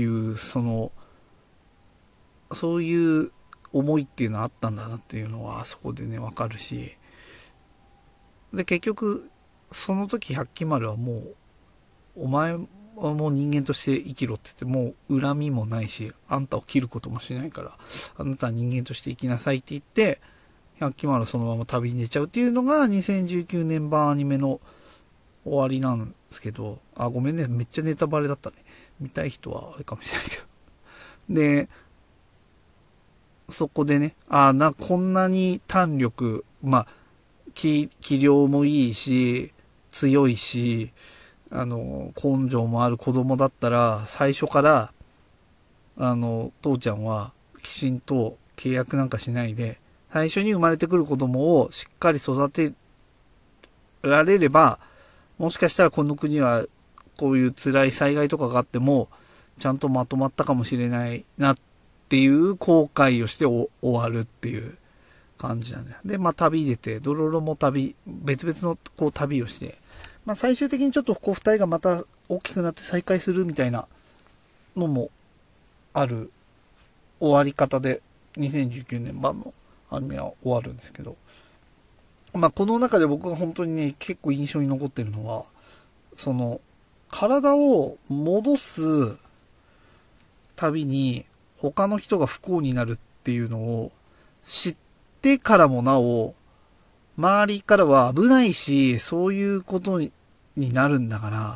そういう思いっていうのはあったんだなっていうのは、そこでね、わかるし。で、結局、その時百鬼丸はもう、お前はもう人間として生きろって言って、もう恨みもないし、あんたを切ることもしないから、あなたは人間として生きなさいって言って、百鬼丸はそのまま旅に出ちゃうっていうのが2019年版アニメの終わりなんですけど、あ、ごめんね、めっちゃネタバレだったね。見たい人はあれかもしれないけど。で、そこでね、こんなに胆力、まあ、気量もいいし、強いし、根性もある子供だったら、最初から、父ちゃんは、きちんと契約なんかしないで、最初に生まれてくる子供をしっかり育てられれば、もしかしたらこの国は、こういう辛い災害とかがあっても、ちゃんとまとまったかもしれないなっていう後悔をして終わるっていう感じなんだよ。で、まあ旅出て、ドロロも別々のこう旅をして、まあ最終的にちょっとこう二人がまた大きくなって再会するみたいなのもある終わり方で、2019年版のアニメは終わるんですけど、まあこの中で僕が本当にね、結構印象に残ってるのは、その、体を戻すたびに他の人が不幸になるっていうのを知ってからもなお、周りからは危ないし、そういうことになるんだから、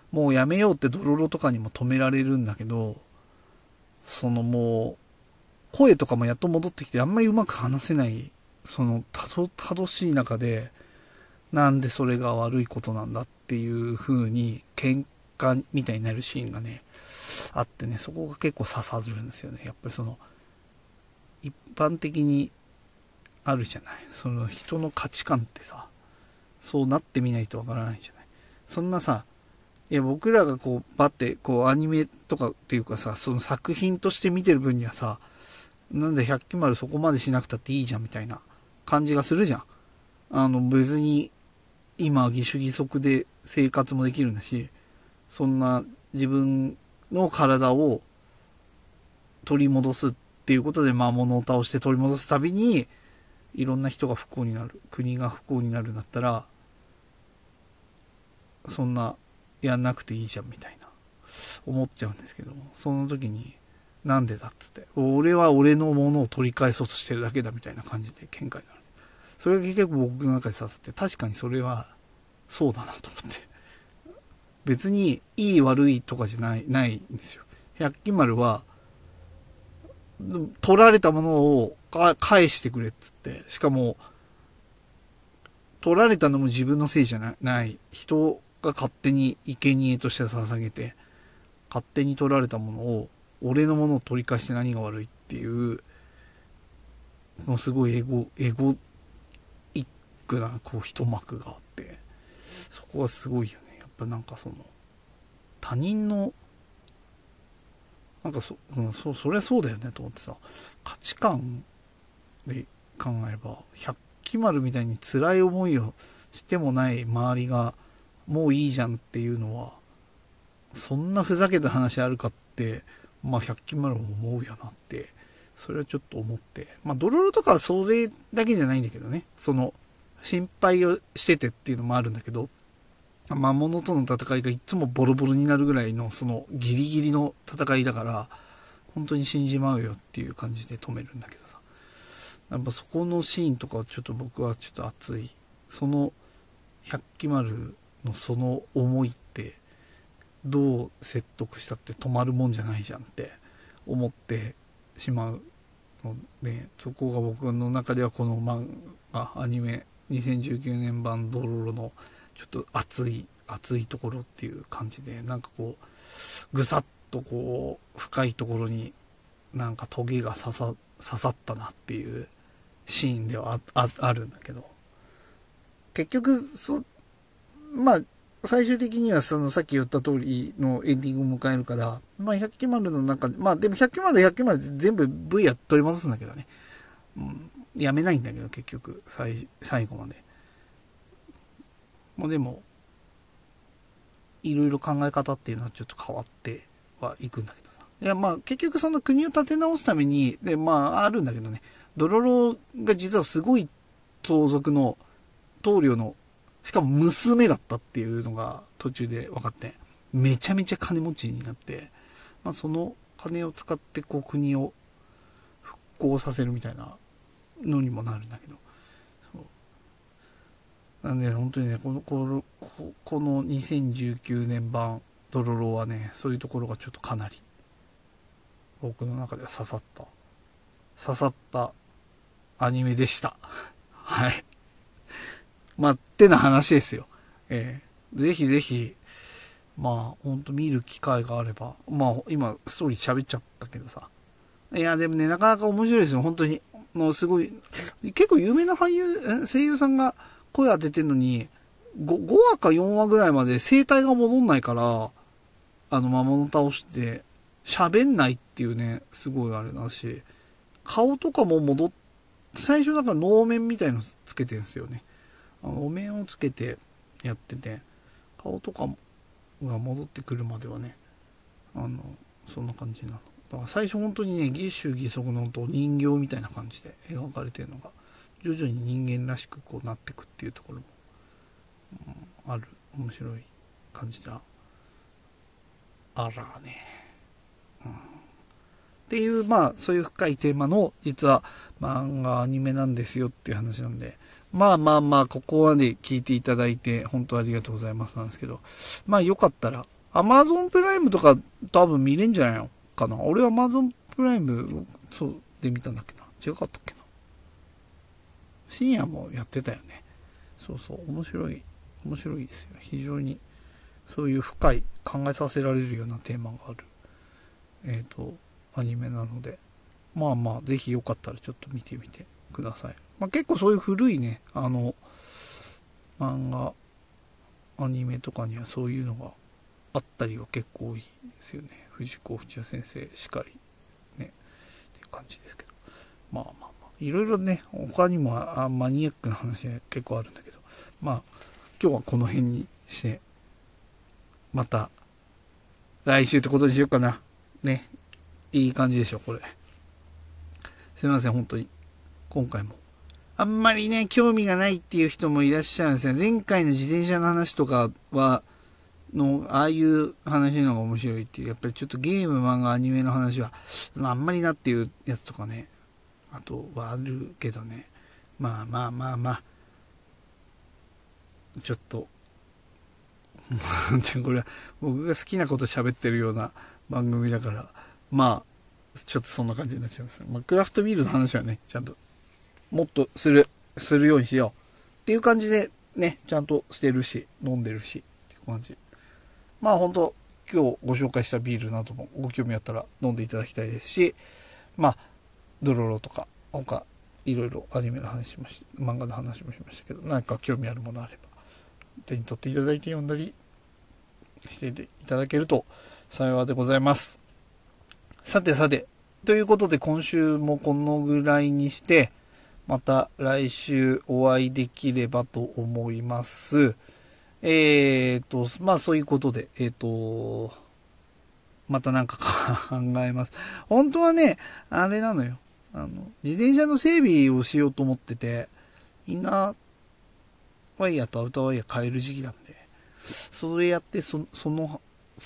もうやめようってドロロとかにも止められるんだけど、もう、声とかもやっと戻ってきて、あんまりうまく話せない、たどしい中で、なんでそれが悪いことなんだっていう風に、喧嘩みたいになるシーンがね、あってね、そこが結構刺さるんですよね。やっぱり一般的にあるじゃない。人の価値観ってさ、そうなってみないとわからないじゃない。そんなさ、いや僕らがこう、バってこうアニメとかっていうかさ、その作品として見てる分にはさ、なんで百鬼丸そこまでしなくたっていいじゃんみたいな感じがするじゃん。別に今義手義足で生活もできるんだし、そんな自分の体を取り戻すっていうことで魔物を倒して取り戻すたびに、いろんな人が不幸になる、国が不幸になるんだったら、そんなやんなくていいじゃんみたいな思っちゃうんですけども、その時になんでだっつって、俺は俺のものを取り返そうとしてるだけだみたいな感じで喧嘩になる。それが結構僕の中で刺さって、確かにそれはそうだなと思って、別にいい悪いとかじゃないんですよ。百鬼丸は取られたものを返してくれっつって、しかも取られたのも自分のせいじゃない人が勝手に生贄として捧げて、勝手に取られたものを俺のものを取り返して何が悪いっていうもうすごいエゴイックなこう一幕があって、そこがすごいよね。やっぱなんか他人のなんかそりゃそうだよねと思ってさ、価値観で考えれば百鬼丸みたいに辛い思いをしてもない周りがもういいじゃんっていうのは、そんなふざけた話あるかって、まあ百鬼丸も思うよなって、それはちょっと思って、まあドロロとかはそれだけじゃないんだけどね、心配をしててっていうのもあるんだけど、魔物との戦いがいつもボロボロになるぐらいのギリギリの戦いだから、本当に死んじまうよっていう感じで止めるんだけどさ、やっぱそこのシーンとかはちょっと僕はちょっと熱い。百鬼丸のその思いってどう説得したって止まるもんじゃないじゃんって思ってしまうので、そこが僕の中ではこの漫画アニメ2019年版ドロロのちょっと熱いところっていう感じで、なんかこうぐさっとこう深いところになんかトゲが刺さったなっていうシーンではあるんだけど、結局まあ最終的にはさっき言った通りのエンディングを迎えるから、まあ百鬼丸の中で、まあでも百鬼丸全部 V は取り戻すんだけどね、やめないんだけど結局最後まで。もうでもいろいろ考え方っていうのはちょっと変わってはいくんだけどさ、いやまあ結局その国を立て直すためにで、まああるんだけどね、ドロロが実はすごい盗賊の棟梁のしかも娘だったっていうのが途中で分かって、めちゃめちゃ金持ちになって、まあ、その金を使ってこう国を復興させるみたいなのにもなるんだけど、なんで本当にね、この2019年版ドロロはね、そういうところがちょっとかなり僕の中では刺さったアニメでした。はい。まあ、ってな話ですよ。ぜひぜひ、まあ、ほんと見る機会があれば、まあ、今、ストーリー喋っちゃったけどさ。いや、でもね、なかなか面白いですよ、本当に。すごい、結構有名な声優さんが声当ててんのに、5話か4話ぐらいまで声帯が戻んないから、魔物倒して、喋んないっていうね、すごいあれだし、顔とかも最初だから能面みたいのつけてるんですよね。お面をつけてやってて、顔とかが戻ってくるまではね、そんな感じなの。だから最初本当にね、義手義足の人形みたいな感じで描かれてるのが、徐々に人間らしくこうなってくっていうところも、ある面白い感じだ。あらね。っていう、まあ、そういう深いテーマの、実は漫画アニメなんですよっていう話なんで、まあ、ここまで聞いていただいて、本当ありがとうございますなんですけど、まあよかったら、 Amazon プライムとか多分見れんじゃないのかな。俺は Amazon プライム、そうで見たんだっけな。違かったっけな。深夜もやってたよね。そうそう、面白いですよ。非常に、そういう深い考えさせられるようなテーマがある、アニメなので、まあまあ、ぜひよかったらちょっと見てみてください。まあ結構そういう古いね、漫画、アニメとかにはそういうのがあったりは結構多いですよね。藤子不二雄先生しかり、ね、っていう感じですけど。まあまあまあ、いろいろね、他にもマニアックな話は結構あるんだけど、まあ、今日はこの辺にして、また、来週ってことにしようかな。ね。いい感じでしょ、これ。すいません、本当に。今回も。あんまりね、興味がないっていう人もいらっしゃるんですね。前回の自転車の話とかは、ああいう話の方が面白いっていう。やっぱりちょっとゲーム、漫画、アニメの話は、あんまりなっていうやつとかね。あとはあるけどね。まあまあまあまあ。ちょっと、これは僕が好きなこと喋ってるような番組だから、まあ、ちょっとそんな感じになっちゃいます。まあ、クラフトビールの話はね、ちゃんと、もっとするようにしよう。っていう感じで、ね、ちゃんとしてるし、飲んでるし、っていう感じ。まあ本当今日ご紹介したビールなどもご興味あったら飲んでいただきたいですし、まあ、ドロロとか、他、いろいろアニメの話しました、漫画の話もしましたけど、何か興味あるものあれば、手に取っていただいて読んだりしていただけると幸いでございます。さてさて、ということで今週もこのぐらいにして、また来週お会いできればと思います。まあそういうことで、またなんか考えます。本当はね、あれなのよ。自転車の整備をしようと思ってて、インナーワイヤーとアウターワイヤー変える時期なんで、それやって、その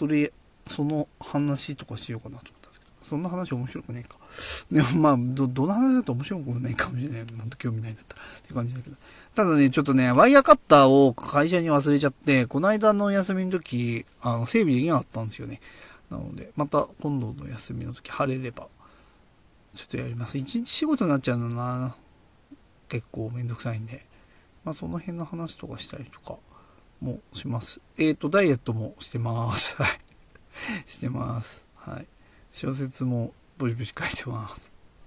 話とかしようかなと思ったんですけど、そんな話面白くねえか。でもまあ、どの話だと面白くないかもしれない。本当興味ないんだったら。って感じだけど。ただね、ちょっとね、ワイヤーカッターを会社に忘れちゃって、この間の休みの時、整備できなかったんですよね。なので、また今度の休みの時晴れれば、ちょっとやります。一日仕事になっちゃうのな。結構めんどくさいんで。まあその辺の話とかしたりとかもします。ダイエットもしてます。はい。してます。はい。小説もボリボリ書いてます。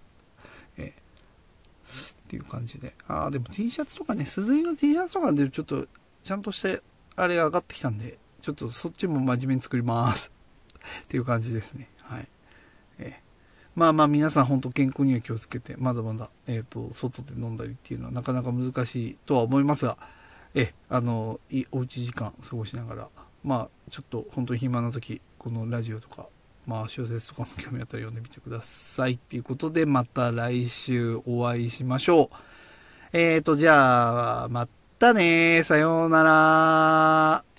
っていう感じで。でも T シャツとかね、鈴木の T シャツとかでちょっと、ちゃんとしてあれが上がってきたんで、ちょっとそっちも真面目に作ります。っていう感じですね。はい。まあまあ皆さん本当健康には気をつけて、まだまだ、外で飲んだりっていうのはなかなか難しいとは思いますが、おうち時間過ごしながら、まあちょっと本当に暇な時、このラジオとか、まあ小説とかも興味あったら読んでみてください。っていうことで、また来週お会いしましょう。じゃあ、またねー。さようなら。